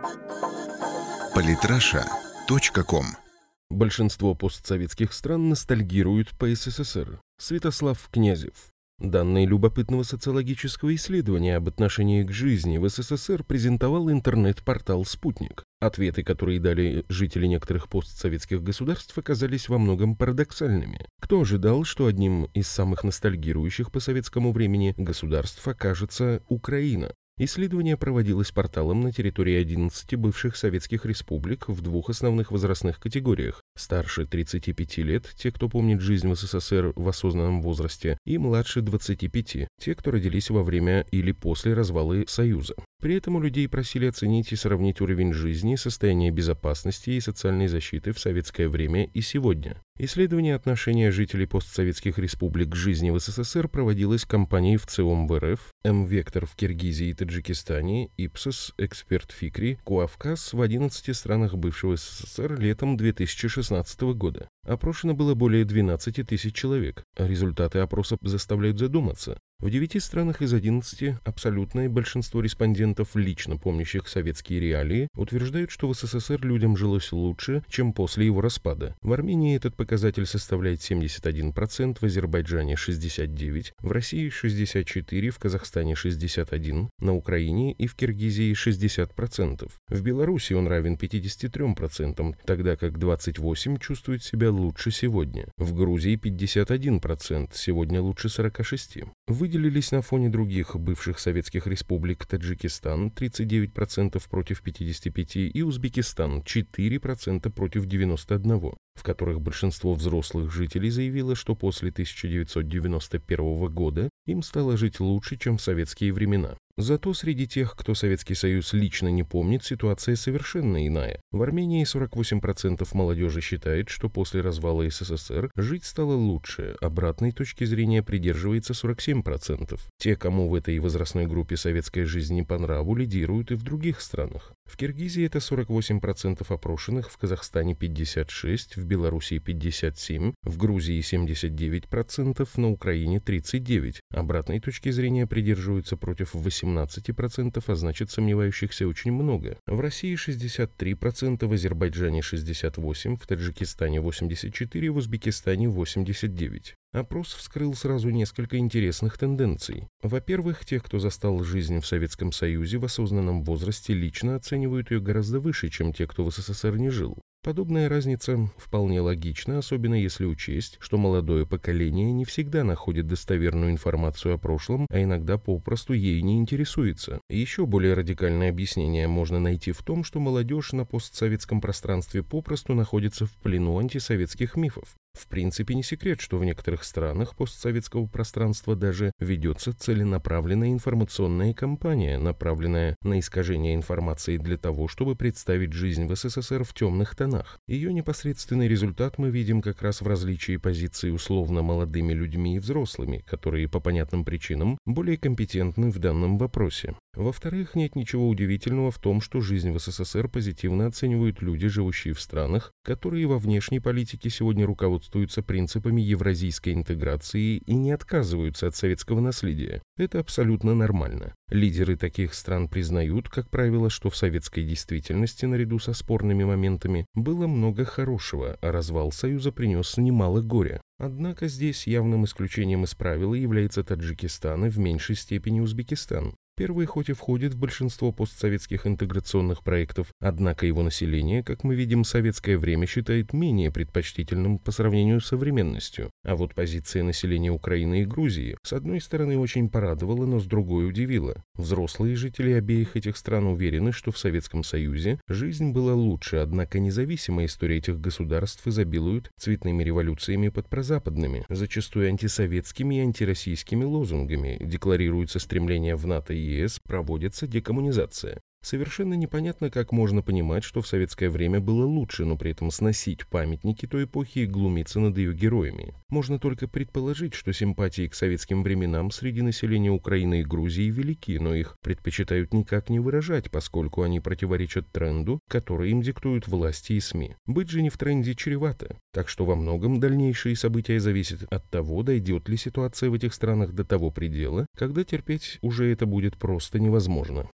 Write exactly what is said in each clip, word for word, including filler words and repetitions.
политраша точка ком. Большинство постсоветских стран ностальгируют по СССР. Святослав Князев. Данные любопытного социологического исследования об отношении к жизни в СССР презентовал интернет-портал «Спутник». Ответы, которые дали жители некоторых постсоветских государств, оказались во многом парадоксальными. Кто ожидал, что одним из самых ностальгирующих по советскому времени государств окажется Украина? Исследование проводилось порталом на территории одиннадцати бывших советских республик в двух основных возрастных категориях. Старше тридцати пяти лет, те, кто помнит жизнь в СССР в осознанном возрасте, и младше двадцати пяти, те, кто родились во время или после развала Союза. При этом у людей просили оценить и сравнить уровень жизни, состояние безопасности и социальной защиты в советское время и сегодня. Исследование отношения жителей постсоветских республик к жизни в СССР проводилось компанией ВЦИОМ в РФ, М-Вектор в Киргизии и Таджикистане, Ипсос, Эксперт Фикри, Куавказ в одиннадцати странах бывшего СССР летом две тысячи шестнадцатого года. Опрошено было более двенадцати тысяч человек. Результаты опроса заставляют задуматься. В девяти странах из одиннадцати абсолютное большинство респондентов, лично помнящих советские реалии, утверждают, что в СССР людям жилось лучше, чем после его распада. В Армении этот показатель составляет семьдесят один процент, в Азербайджане шестьдесят девять процентов, в России шестьдесят четыре процента, в Казахстане шестьдесят один процент, на Украине и в Киргизии шестьдесят процентов. В Беларуси он равен пятидесяти трём процентам, тогда как двадцать восемь процентов чувствуют себя лучше сегодня. В Грузии пятьдесят один процент, сегодня лучше сорока шести процентов. Выделились на фоне других бывших советских республик Таджикистан тридцать девять процентов против пятидесяти пяти процентов и Узбекистан четыре процента против девяноста одного процента, в которых большинство взрослых жителей заявило, что после тысяча девятьсот девяносто первого года им стало жить лучше, чем в советские времена. Зато среди тех, кто Советский Союз лично не помнит, ситуация совершенно иная. В Армении сорок восемь процентов молодежи считает, что после развала СССР жить стало лучше, обратной точки зрения придерживается сорок семь процентов. Те, кому в этой возрастной группе советская жизнь не по нраву, лидируют и в других странах. В Киргизии это сорок восемь процентов опрошенных, в Казахстане пятьдесят шесть процентов, в Белоруссии пятьдесят семь процентов, в Грузии семьдесят девять процентов, на Украине тридцать девять процентов. Обратной точки зрения придерживаются против восемнадцати процентов, а значит сомневающихся очень много. В России шестьдесят три процента, в Азербайджане шестьдесят восемь процентов, в Таджикистане восемьдесят четыре процента, в Узбекистане восемьдесят девять процентов. Опрос вскрыл сразу несколько интересных тенденций. Во-первых, тех, кто застал жизнь в Советском Союзе в осознанном возрасте, лично оценивают ее гораздо выше, чем те, кто в СССР не жил. Подобная разница вполне логична, особенно если учесть, что молодое поколение не всегда находит достоверную информацию о прошлом, а иногда попросту ей не интересуется. Еще более радикальное объяснение можно найти в том, что молодежь на постсоветском пространстве попросту находится в плену антисоветских мифов. В принципе, не секрет, что в некоторых странах постсоветского пространства даже ведется целенаправленная информационная кампания, направленная на искажение информации для того, чтобы представить жизнь в СССР в темных тонах. Ее непосредственный результат мы видим как раз в различии позиций условно молодыми людьми и взрослыми, которые по понятным причинам более компетентны в данном вопросе. Во-вторых, нет ничего удивительного в том, что жизнь в СССР позитивно оценивают люди, живущие в странах, которые во внешней политике сегодня руководствуются принципами евразийской интеграции и не отказываются от советского наследия. Это абсолютно нормально. Лидеры таких стран признают, как правило, что в советской действительности, наряду со спорными моментами, было много хорошего, а развал Союза принес немало горя. Однако здесь явным исключением из правила является Таджикистан и в меньшей степени Узбекистан. Первый хоть и входит в большинство постсоветских интеграционных проектов, однако его население, как мы видим, советское время считает менее предпочтительным по сравнению с современностью. А вот позиция населения Украины и Грузии, с одной стороны, очень порадовала, но с другой удивила. Взрослые жители обеих этих стран уверены, что в Советском Союзе жизнь была лучше, однако независимая история этих государств изобилует цветными революциями под прозападными, зачастую антисоветскими и антироссийскими лозунгами, декларируется стремление в НАТО и ЕС, проводится декоммунизация. Совершенно непонятно, как можно понимать, что в советское время было лучше, но при этом сносить памятники той эпохи и глумиться над ее героями. Можно только предположить, что симпатии к советским временам среди населения Украины и Грузии велики, но их предпочитают никак не выражать, поскольку они противоречат тренду, который им диктуют власти и СМИ. Быть же не в тренде чревато. Так что во многом дальнейшие события зависят от того, дойдет ли ситуация в этих странах до того предела, когда терпеть уже это будет просто невозможно.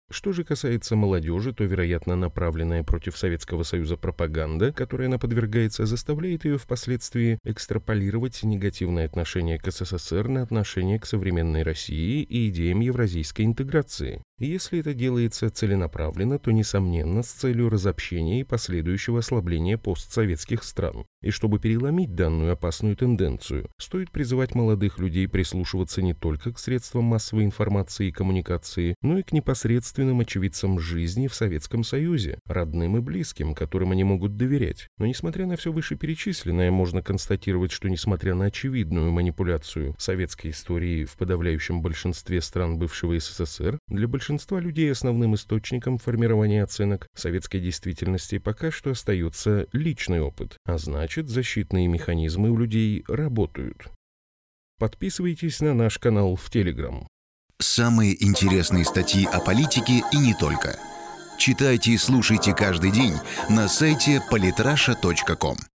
Что же касается молодежи, то, вероятно, направленная против Советского Союза пропаганда, которой она подвергается, заставляет ее впоследствии экстраполировать негативное отношение к СССР на отношение к современной России и идеям евразийской интеграции. И если это делается целенаправленно, то, несомненно, с целью разобщения и последующего ослабления постсоветских стран. И чтобы переломить данную опасную тенденцию, стоит призывать молодых людей прислушиваться не только к средствам массовой информации и коммуникации, но и к непосредственным очевидцам жизни в Советском Союзе, родным и близким, которым они могут доверять. Но несмотря на все вышеперечисленное, можно констатировать, что несмотря на очевидную манипуляцию советской истории в подавляющем большинстве стран бывшего СССР, для большинства людей основным источником формирования оценок советской действительности пока что остается личный опыт, а значит, защитные механизмы у людей работают. Подписывайтесь на наш канал в Telegram. Самые интересные статьи о политике и не только. Читайте и слушайте каждый день на сайте политраша точка ком.